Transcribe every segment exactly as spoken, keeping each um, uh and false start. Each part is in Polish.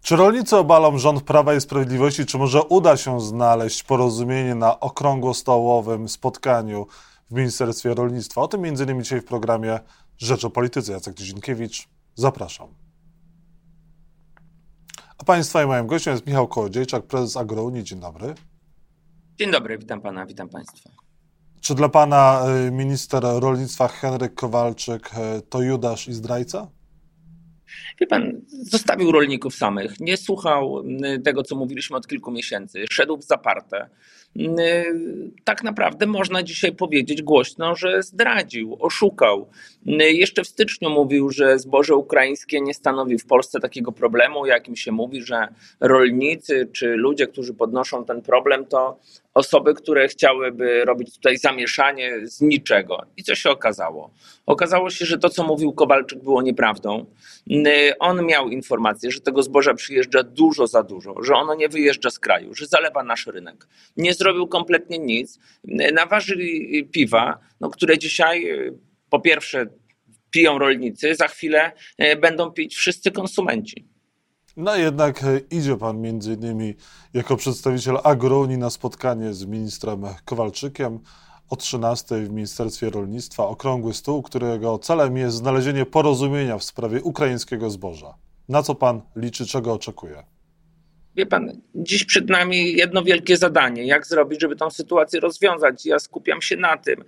Czy rolnicy obalą rząd Prawa i Sprawiedliwości, czy może uda się znaleźć porozumienie na okrągłostołowym spotkaniu w Ministerstwie Rolnictwa? O tym między innymi dzisiaj w programie Rzecz o Polityce. Jacek Dzienkiewicz, zapraszam. A Państwa i moim gościem jest Michał Kołodziejczak, prezes Agrounii. Dzień dobry. Dzień dobry, witam Pana, witam Państwa. Czy dla Pana minister rolnictwa Henryk Kowalczyk to Judasz i zdrajca? Wie pan, zostawił rolników samych, nie słuchał tego, co mówiliśmy od kilku miesięcy, szedł w zaparte. Tak naprawdę można dzisiaj powiedzieć głośno, że zdradził, oszukał. Jeszcze w styczniu mówił, że zboże ukraińskie nie stanowi w Polsce takiego problemu, jakim się mówi, że rolnicy czy ludzie, którzy podnoszą ten problem, to osoby, które chciałyby robić tutaj zamieszanie z niczego. I co się okazało? Okazało się, że to, co mówił Kowalczyk, było nieprawdą. On miał informację, że tego zboża przyjeżdża dużo za dużo, że ono nie wyjeżdża z kraju, że zalewa nasz rynek. Nie zrobił kompletnie nic. Naważyli piwa, no, które dzisiaj po pierwsze piją rolnicy, za chwilę będą pić wszyscy konsumenci. No jednak idzie pan między innymi jako przedstawiciel Agrounii na spotkanie z ministrem Kowalczykiem o trzynastej w Ministerstwie Rolnictwa. Okrągły stół, którego celem jest znalezienie porozumienia w sprawie ukraińskiego zboża. Na co pan liczy, czego oczekuje? Wie pan, dziś przed nami jedno wielkie zadanie. Jak zrobić, żeby tę sytuację rozwiązać? Ja skupiam się na tym.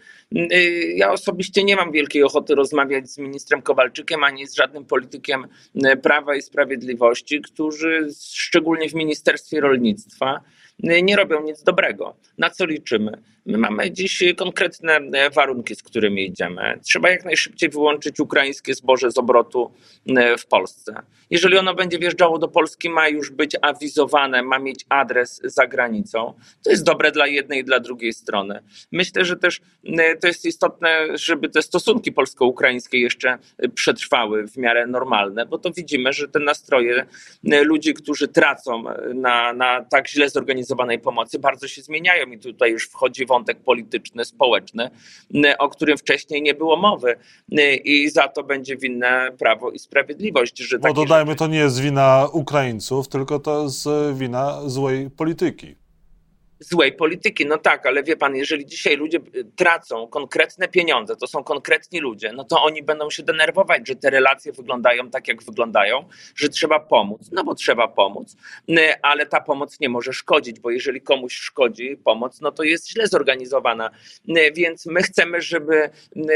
Ja osobiście nie mam wielkiej ochoty rozmawiać z ministrem Kowalczykiem ani z żadnym politykiem Prawa i Sprawiedliwości, którzy szczególnie w Ministerstwie Rolnictwa nie robią nic dobrego. Na co liczymy? My mamy dziś konkretne warunki, z którymi idziemy. Trzeba jak najszybciej wyłączyć ukraińskie zboże z obrotu w Polsce. Jeżeli ono będzie wjeżdżało do Polski, ma już być awizowane, ma mieć adres za granicą. To jest dobre dla jednej i dla drugiej strony. Myślę, że też to jest istotne, żeby te stosunki polsko-ukraińskie jeszcze przetrwały w miarę normalne, bo to widzimy, że te nastroje ludzi, którzy tracą na, na tak źle zorganizowanej pomocy, bardzo się zmieniają i tutaj już wchodzi wątek polityczny, społeczny, o którym wcześniej nie było mowy i za to będzie winne Prawo i Sprawiedliwość. Że Bo dodajmy, rzeczy... to nie jest wina Ukraińców, tylko to jest wina złej polityki. Złej polityki, no tak, ale wie pan, jeżeli dzisiaj ludzie tracą konkretne pieniądze, to są konkretni ludzie, no to oni będą się denerwować, że te relacje wyglądają tak, jak wyglądają, że trzeba pomóc, no bo trzeba pomóc, ale ta pomoc nie może szkodzić, bo jeżeli komuś szkodzi pomoc, no to jest źle zorganizowana, więc my chcemy, żeby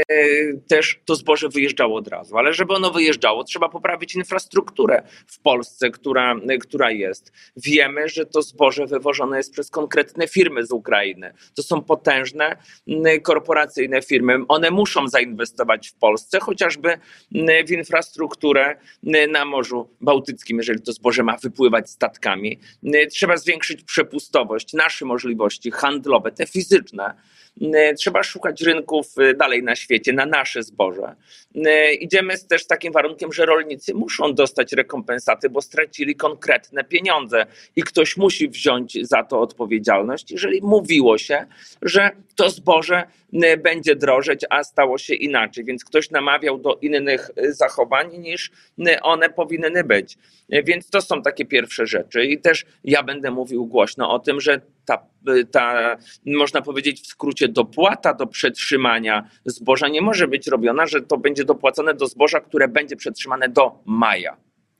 też to zboże wyjeżdżało od razu, ale żeby ono wyjeżdżało, trzeba poprawić infrastrukturę w Polsce, która, która jest. Wiemy, że to zboże wywożone jest przez konkretne firmy z Ukrainy. To są potężne korporacyjne firmy. One muszą zainwestować w Polsce, chociażby w infrastrukturę na Morzu Bałtyckim, jeżeli to zboże ma wypływać statkami. Trzeba zwiększyć przepustowość, nasze możliwości handlowe, te fizyczne. Trzeba szukać rynków dalej na świecie, na nasze zboże. Idziemy też z takim warunkiem, że rolnicy muszą dostać rekompensaty, bo stracili konkretne pieniądze i ktoś musi wziąć za to odpowiedzialność, jeżeli mówiło się, że to zboże będzie drożeć, a stało się inaczej, więc ktoś namawiał do innych zachowań niż one powinny być. Więc to są takie pierwsze rzeczy i też ja będę mówił głośno o tym, że ta, ta można powiedzieć w skrócie dopłata do przetrzymania zboża nie może być robiona, że to będzie dopłacone do zboża, które będzie przetrzymane do maja.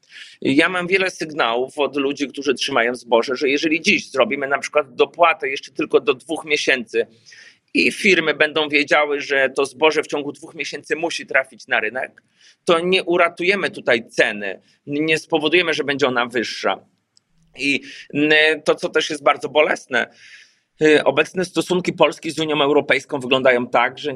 Ja mam wiele sygnałów od ludzi, którzy trzymają zboże, że jeżeli dziś zrobimy na przykład dopłatę jeszcze tylko do dwóch miesięcy i firmy będą wiedziały, że to zboże w ciągu dwóch miesięcy musi trafić na rynek, to nie uratujemy tutaj ceny, nie spowodujemy, że będzie ona wyższa. I to, co też jest bardzo bolesne, obecne stosunki Polski z Unią Europejską wyglądają tak, że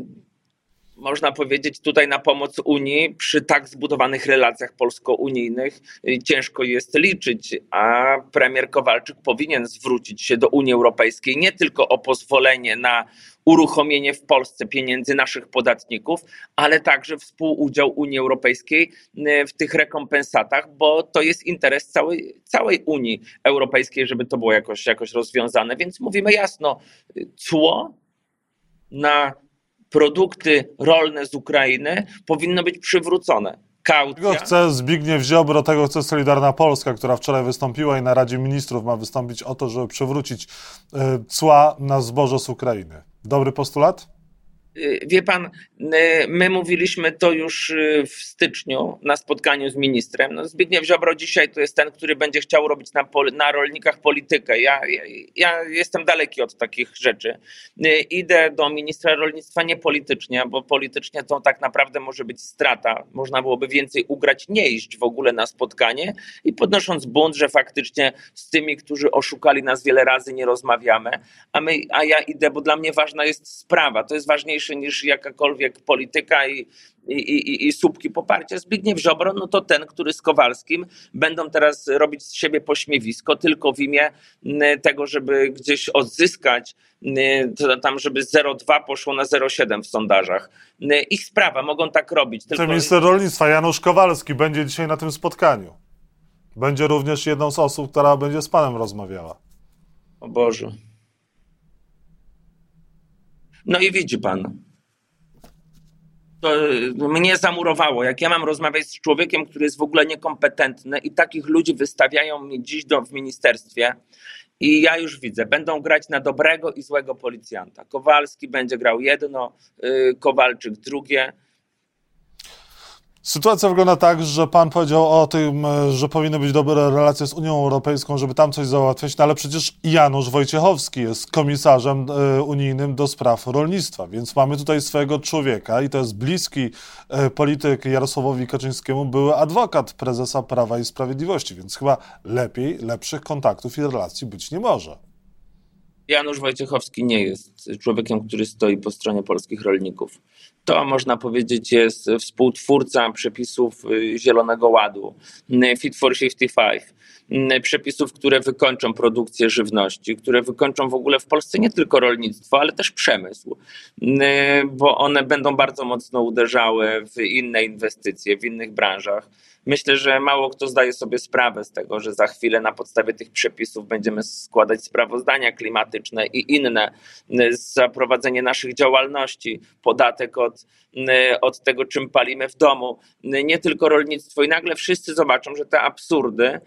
można powiedzieć tutaj na pomoc Unii przy tak zbudowanych relacjach polsko-unijnych ciężko jest liczyć, a premier Kowalczyk powinien zwrócić się do Unii Europejskiej nie tylko o pozwolenie na uruchomienie w Polsce pieniędzy naszych podatników, ale także współudział Unii Europejskiej w tych rekompensatach, bo to jest interes całej, całej Unii Europejskiej, żeby to było jakoś, jakoś rozwiązane. Więc mówimy jasno, cło na produkty rolne z Ukrainy powinno być przywrócone. kaucja. Tego chce Zbigniew Ziobro, tego chce Solidarna Polska, która wczoraj wystąpiła i na Radzie Ministrów ma wystąpić o to, żeby przywrócić y, cła na zboże z Ukrainy. Dobry postulat? Wie pan, my mówiliśmy to już w styczniu na spotkaniu z ministrem. No Zbigniew Ziobro dzisiaj to jest ten, który będzie chciał robić na, pol- na rolnikach politykę. Ja, ja, ja jestem daleki od takich rzeczy. Idę do ministra rolnictwa nie politycznie, bo politycznie to tak naprawdę może być strata. Można byłoby więcej ugrać, nie iść w ogóle na spotkanie i podnosząc bunt, że faktycznie z tymi, którzy oszukali nas wiele razy, nie rozmawiamy. A, my, a ja idę, bo dla mnie ważna jest sprawa. To jest ważniejsze niż jakakolwiek polityka i, i, i, i słupki poparcia. Zbigniew Ziobro, no to ten, który z Kowalskim będą teraz robić z siebie pośmiewisko tylko w imię tego, żeby gdzieś odzyskać, tam żeby zero przecinek dwa poszło na zero przecinek siedem w sondażach. Ich sprawa, mogą tak robić. Tylko... Minister rolnictwa Janusz Kowalski będzie dzisiaj na tym spotkaniu. Będzie również jedną z osób, która będzie z panem rozmawiała. O Boże. No i widzi pan, to mnie zamurowało, jak ja mam rozmawiać z człowiekiem, który jest w ogóle niekompetentny i takich ludzi wystawiają mi dziś do, w ministerstwie i ja już widzę, będą grać na dobrego i złego policjanta. Kowalski będzie grał jedno, yy, Kowalczyk drugie. Sytuacja wygląda tak, że pan powiedział o tym, że powinny być dobre relacje z Unią Europejską, żeby tam coś załatwiać, no ale przecież Janusz Wojciechowski jest komisarzem unijnym do spraw rolnictwa, więc mamy tutaj swojego człowieka i to jest bliski polityk Jarosławowi Kaczyńskiemu, były adwokat prezesa Prawa i Sprawiedliwości, więc chyba lepiej, lepszych kontaktów i relacji być nie może. Janusz Wojciechowski nie jest człowiekiem, który stoi po stronie polskich rolników. To, można powiedzieć, jest współtwórca przepisów Zielonego Ładu, Fit for pięćdziesiąt pięć, przepisów, które wykończą produkcję żywności, które wykończą w ogóle w Polsce nie tylko rolnictwo, ale też przemysł, bo one będą bardzo mocno uderzały w inne inwestycje, w innych branżach. Myślę, że mało kto zdaje sobie sprawę z tego, że za chwilę na podstawie tych przepisów będziemy składać sprawozdania klimatyczne i inne, za prowadzenie naszych działalności, podatek od, od tego, czym palimy w domu, nie tylko rolnictwo i nagle wszyscy zobaczą, że te absurdy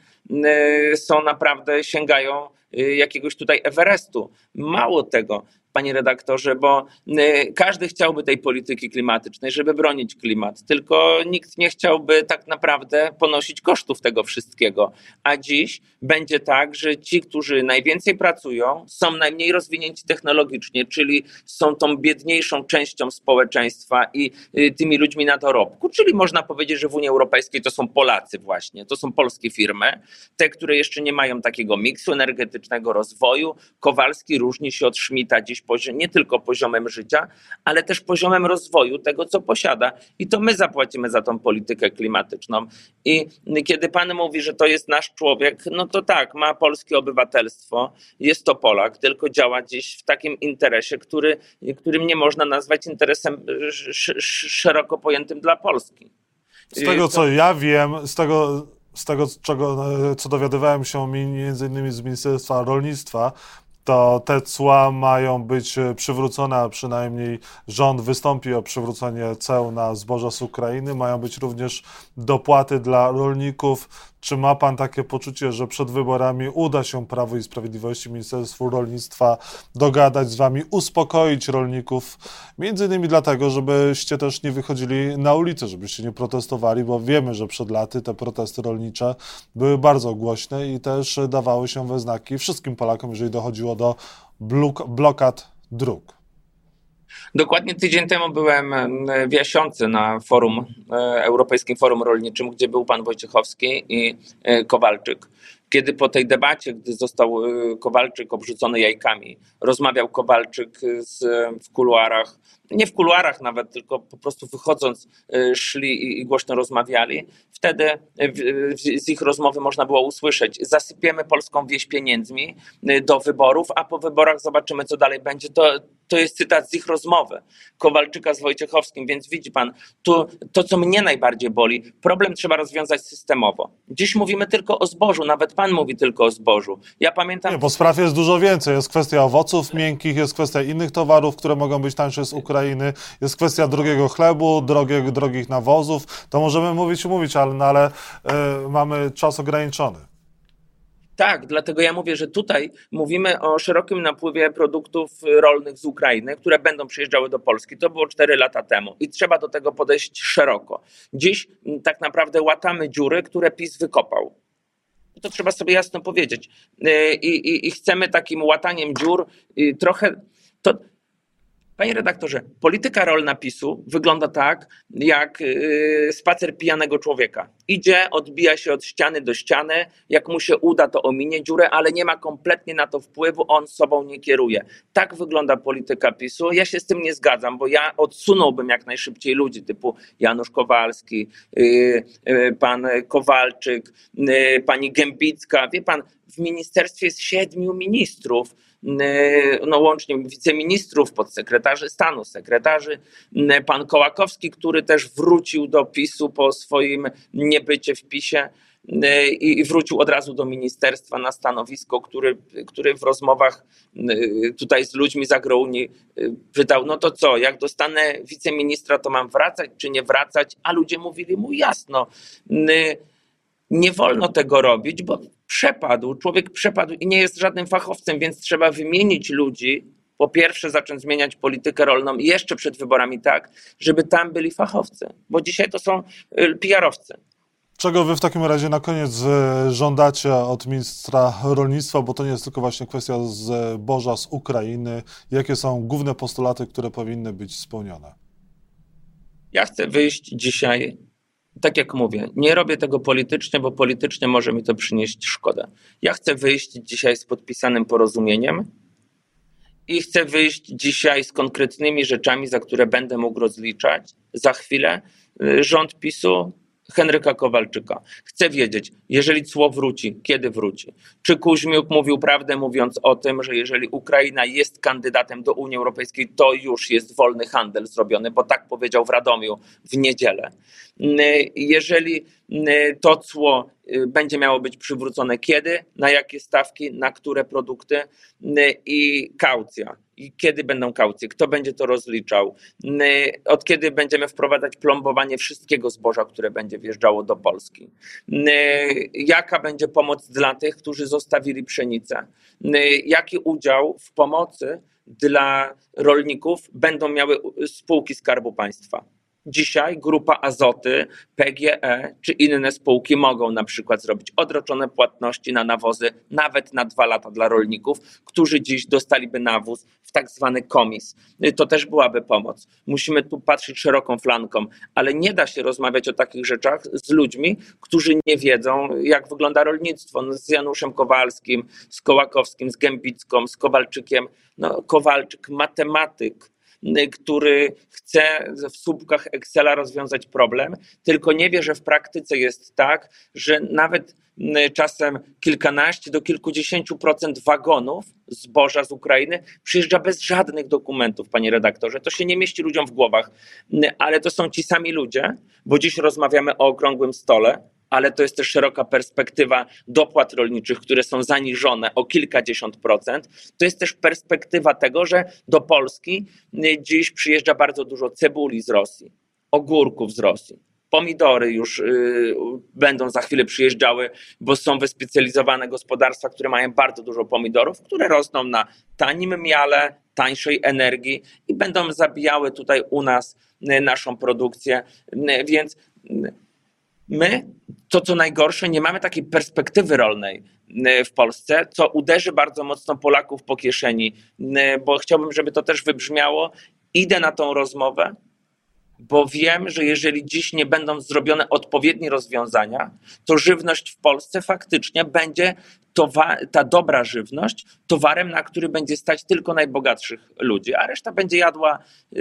są naprawdę, sięgają jakiegoś tutaj Everestu. Mało tego, panie redaktorze, bo każdy chciałby tej polityki klimatycznej, żeby bronić klimat, tylko nikt nie chciałby tak naprawdę ponosić kosztów tego wszystkiego. A dziś będzie tak, że ci, którzy najwięcej pracują, są najmniej rozwinięci technologicznie, czyli są tą biedniejszą częścią społeczeństwa i tymi ludźmi na dorobku, czyli można powiedzieć, że w Unii Europejskiej to są Polacy właśnie, to są polskie firmy, te, które jeszcze nie mają takiego miksu energetycznego rozwoju. Kowalski różni się od Schmidta dziś poziom, nie tylko poziomem życia, ale też poziomem rozwoju tego, co posiada. I to my zapłacimy za tą politykę klimatyczną. I kiedy pan mówi, że to jest nasz człowiek, no to tak, ma polskie obywatelstwo, jest to Polak, tylko działa dziś w takim interesie, który, którym nie można nazwać interesem sz, sz, szeroko pojętym dla Polski. Z tego, co ja wiem, z tego... Z tego, czego, co dowiadywałem się między innymi z Ministerstwa Rolnictwa, to te cła mają być przywrócone, a przynajmniej rząd wystąpi o przywrócenie ceł na zboża z Ukrainy. Mają być również dopłaty dla rolników. Czy ma pan takie poczucie, że przed wyborami uda się Prawu i Sprawiedliwości, Ministerstwu Rolnictwa dogadać z wami, uspokoić rolników? Między innymi dlatego, żebyście też nie wychodzili na ulicę, żebyście nie protestowali, bo wiemy, że przed laty te protesty rolnicze były bardzo głośne i też dawały się we znaki wszystkim Polakom, jeżeli dochodziło do blok- blokad dróg. Dokładnie tydzień temu byłem w Jasiące na forum, Europejskim Forum Rolniczym, gdzie był pan Wojciechowski i Kowalczyk. Kiedy po tej debacie, gdy został Kowalczyk obrzucony jajkami, rozmawiał Kowalczyk z, w kuluarach, nie w kuluarach nawet, tylko po prostu wychodząc szli i, i głośno rozmawiali, wtedy w, z ich rozmowy można było usłyszeć: zasypiemy polską wieś pieniędzmi do wyborów, a po wyborach zobaczymy, co dalej będzie. To, to jest cytat z ich rozmowy Kowalczyka z Wojciechowskim, więc widzi pan, tu, to co mnie najbardziej boli, problem trzeba rozwiązać systemowo. Dziś mówimy tylko o zbożu, nawet pan mówi tylko o zbożu. Ja pamiętam... Nie, bo spraw jest dużo więcej. Jest kwestia owoców miękkich, jest kwestia innych towarów, które mogą być tańsze z Ukrainy. Ukrainy, jest kwestia drogiego chlebu, drogich, drogich nawozów, to możemy mówić i mówić, ale, no, ale y, mamy czas ograniczony. Tak, dlatego ja mówię, że tutaj mówimy o szerokim napływie produktów rolnych z Ukrainy, które będą przyjeżdżały do Polski. To było cztery lata temu i trzeba do tego podejść szeroko. Dziś tak naprawdę łatamy dziury, które PiS wykopał. To trzeba sobie jasno powiedzieć. I, i, i chcemy takim łataniem dziur trochę... To, panie redaktorze, polityka rolna PiSu wygląda tak, jak yy, spacer pijanego człowieka. Idzie, odbija się od ściany do ściany, jak mu się uda, to ominie dziurę, ale nie ma kompletnie na to wpływu, on sobą nie kieruje. Tak wygląda polityka PiSu. Ja się z tym nie zgadzam, bo ja odsunąłbym jak najszybciej ludzi typu Janusz Kowalski, yy, yy, pan Kowalczyk, yy, pani Gębicka. Wie pan, w ministerstwie jest siedmiu ministrów, no łącznie wiceministrów, podsekretarzy stanu, sekretarzy, pan Kołakowski, który też wrócił do PiSu po swoim niebycie w PiSie i wrócił od razu do ministerstwa na stanowisko, który, który w rozmowach tutaj z ludźmi z agrounii pytał, no to co, jak dostanę wiceministra, to mam wracać czy nie wracać, a ludzie mówili mu jasno, nie wolno tego robić, bo przepadł, człowiek przepadł i nie jest żadnym fachowcem, więc trzeba wymienić ludzi, po pierwsze zacząć zmieniać politykę rolną jeszcze przed wyborami tak, żeby tam byli fachowcy, bo dzisiaj to są P R-owcy. Czego wy w takim razie na koniec żądacie od ministra rolnictwa, bo to nie jest tylko właśnie kwestia zboża z Ukrainy. Jakie są główne postulaty, które powinny być spełnione? Ja chcę wyjść dzisiaj, tak jak mówię, nie robię tego politycznie, bo politycznie może mi to przynieść szkodę. Ja chcę wyjść dzisiaj z podpisanym porozumieniem i chcę wyjść dzisiaj z konkretnymi rzeczami, za które będę mógł rozliczać za chwilę rząd PiSu Henryka Kowalczyka. Chcę wiedzieć, jeżeli cło wróci, kiedy wróci. Czy Kuźmiuk mówił prawdę, mówiąc o tym, że jeżeli Ukraina jest kandydatem do Unii Europejskiej, to już jest wolny handel zrobiony, bo tak powiedział w Radomiu w niedzielę. Jeżeli to cło będzie miało być przywrócone, kiedy, na jakie stawki, na które produkty i kaucja. I kiedy będą kaucje, kto będzie to rozliczał, od kiedy będziemy wprowadzać plombowanie wszystkiego zboża, które będzie wjeżdżało do Polski, jaka będzie pomoc dla tych, którzy zostawili pszenicę, jaki udział w pomocy dla rolników będą miały spółki Skarbu Państwa. Dzisiaj Grupa Azoty, P G E czy inne spółki mogą na przykład zrobić odroczone płatności na nawozy nawet na dwa lata dla rolników, którzy dziś dostaliby nawóz w tak zwany komis. To też byłaby pomoc. Musimy tu patrzeć szeroką flanką, ale nie da się rozmawiać o takich rzeczach z ludźmi, którzy nie wiedzą, jak wygląda rolnictwo. No, z Januszem Kowalskim, z Kołakowskim, z Gębicką, z Kowalczykiem. No, Kowalczyk, matematyk, który chce w słupkach Excela rozwiązać problem, tylko nie wie, że w praktyce jest tak, że nawet czasem kilkanaście do kilkudziesięciu procent wagonów zboża z Ukrainy przyjeżdża bez żadnych dokumentów, panie redaktorze. To się nie mieści ludziom w głowach, ale to są ci sami ludzie, bo dziś rozmawiamy o okrągłym stole, ale to jest też szeroka perspektywa dopłat rolniczych, które są zaniżone o kilkadziesiąt procent. To jest też perspektywa tego, że do Polski dziś przyjeżdża bardzo dużo cebuli z Rosji, ogórków z Rosji. Pomidory już y, będą za chwilę przyjeżdżały, bo są wyspecjalizowane gospodarstwa, które mają bardzo dużo pomidorów, które rosną na tanim miale, tańszej energii i będą zabijały tutaj u nas y, naszą produkcję, y, więc y, my, to co najgorsze, nie mamy takiej perspektywy rolnej w Polsce, co uderzy bardzo mocno Polaków po kieszeni, bo chciałbym, żeby to też wybrzmiało. Idę na tą rozmowę, bo wiem, że jeżeli dziś nie będą zrobione odpowiednie rozwiązania, to żywność w Polsce faktycznie będzie, towa- ta dobra żywność, towarem, na który będzie stać tylko najbogatszych ludzi, a reszta będzie jadła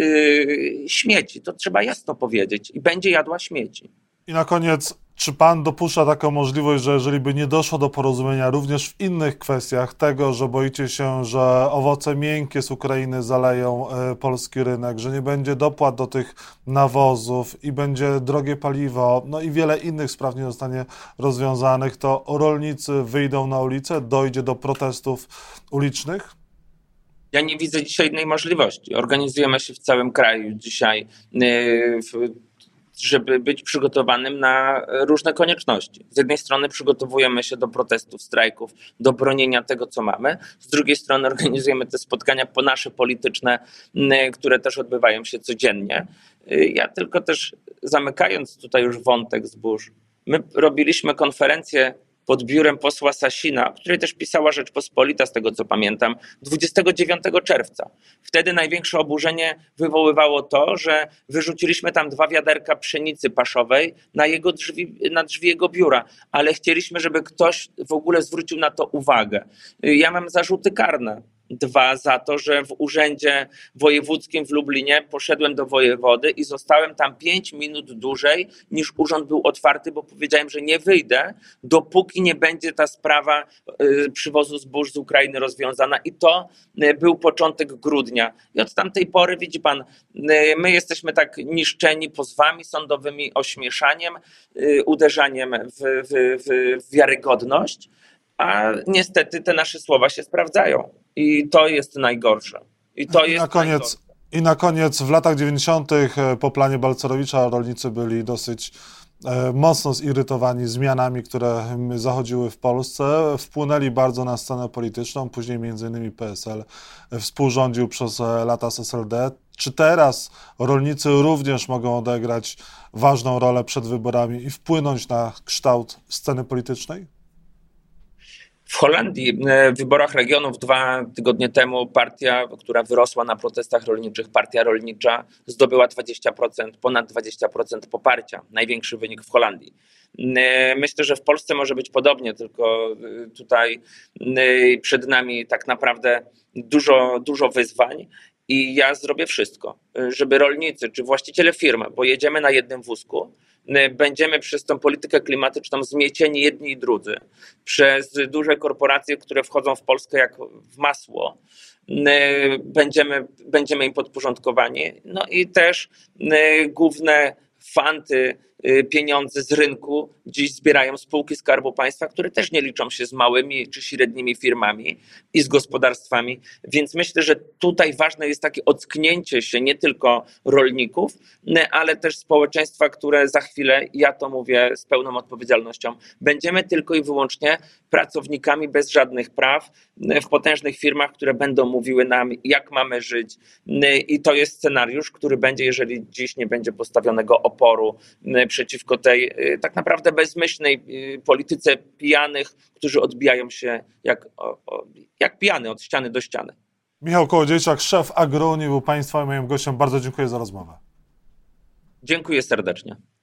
yy, śmieci. To trzeba jasno powiedzieć. I będzie jadła śmieci. I na koniec, czy pan dopuszcza taką możliwość, że jeżeli by nie doszło do porozumienia również w innych kwestiach tego, że boicie się, że owoce miękkie z Ukrainy zaleją y, polski rynek, że nie będzie dopłat do tych nawozów i będzie drogie paliwo, no i wiele innych spraw nie zostanie rozwiązanych, to rolnicy wyjdą na ulicę, dojdzie do protestów ulicznych? Ja nie widzę dzisiaj innej możliwości. Organizujemy się w całym kraju dzisiaj, żeby być przygotowanym na różne konieczności. Z jednej strony przygotowujemy się do protestów, strajków, do bronienia tego, co mamy. Z drugiej strony organizujemy te spotkania po nasze polityczne, które też odbywają się codziennie. Ja tylko też, zamykając tutaj już wątek zbóż, my robiliśmy konferencję pod biurem posła Sasina, o której też pisała Rzeczpospolita, z tego co pamiętam, dwudziestego dziewiątego czerwca. Wtedy największe oburzenie wywoływało to, że wyrzuciliśmy tam dwa wiaderka pszenicy paszowej na, jego drzwi, na drzwi jego biura, ale chcieliśmy, żeby ktoś w ogóle zwrócił na to uwagę. Ja mam zarzuty karne. Dwa, za to, że w urzędzie wojewódzkim w Lublinie poszedłem do wojewody i zostałem tam pięć minut dłużej niż urząd był otwarty, bo powiedziałem, że nie wyjdę, dopóki nie będzie ta sprawa przywozu zbóż z Ukrainy rozwiązana. I to był początek grudnia. I od tamtej pory, widzi pan, my jesteśmy tak niszczeni pozwami sądowymi, ośmieszaniem, uderzaniem w, w, w wiarygodność, a niestety te nasze słowa się sprawdzają. I to jest najgorsze. I to I jest na koniec, i na koniec w latach dziewięćdziesiątych po planie Balcerowicza rolnicy byli dosyć e, mocno zirytowani zmianami, które zachodziły w Polsce. Wpłynęli bardzo na scenę polityczną, później między innymi P S L współrządził przez lata z S L D. Czy teraz rolnicy również mogą odegrać ważną rolę przed wyborami i wpłynąć na kształt sceny politycznej? W Holandii w wyborach regionów dwa tygodnie temu partia, która wyrosła na protestach rolniczych, Partia Rolnicza, zdobyła dwadzieścia procent, ponad dwadzieścia procent poparcia. Największy wynik w Holandii. Myślę, że w Polsce może być podobnie, tylko tutaj przed nami tak naprawdę dużo, dużo wyzwań. I ja zrobię wszystko, żeby rolnicy czy właściciele firm, bo jedziemy na jednym wózku, będziemy przez tą politykę klimatyczną zmiecieni jedni i drudzy, przez duże korporacje, które wchodzą w Polskę jak w masło, będziemy, będziemy im podporządkowani. No i też główne fanty, pieniądze z rynku dziś zbierają spółki Skarbu Państwa, które też nie liczą się z małymi czy średnimi firmami i z gospodarstwami, więc myślę, że tutaj ważne jest takie ocknięcie się nie tylko rolników, ale też społeczeństwa, które za chwilę, ja to mówię z pełną odpowiedzialnością, będziemy tylko i wyłącznie pracownikami bez żadnych praw w potężnych firmach, które będą mówiły nam, jak mamy żyć, i to jest scenariusz, który będzie, jeżeli dziś nie będzie postawionego oporu przeciwko tej tak naprawdę bezmyślnej polityce pijanych, którzy odbijają się jak, jak pijany od ściany do ściany. Michał Kołodziejczak, szef Agrounii, był Państwa i moim gościem. Bardzo dziękuję za rozmowę. Dziękuję serdecznie.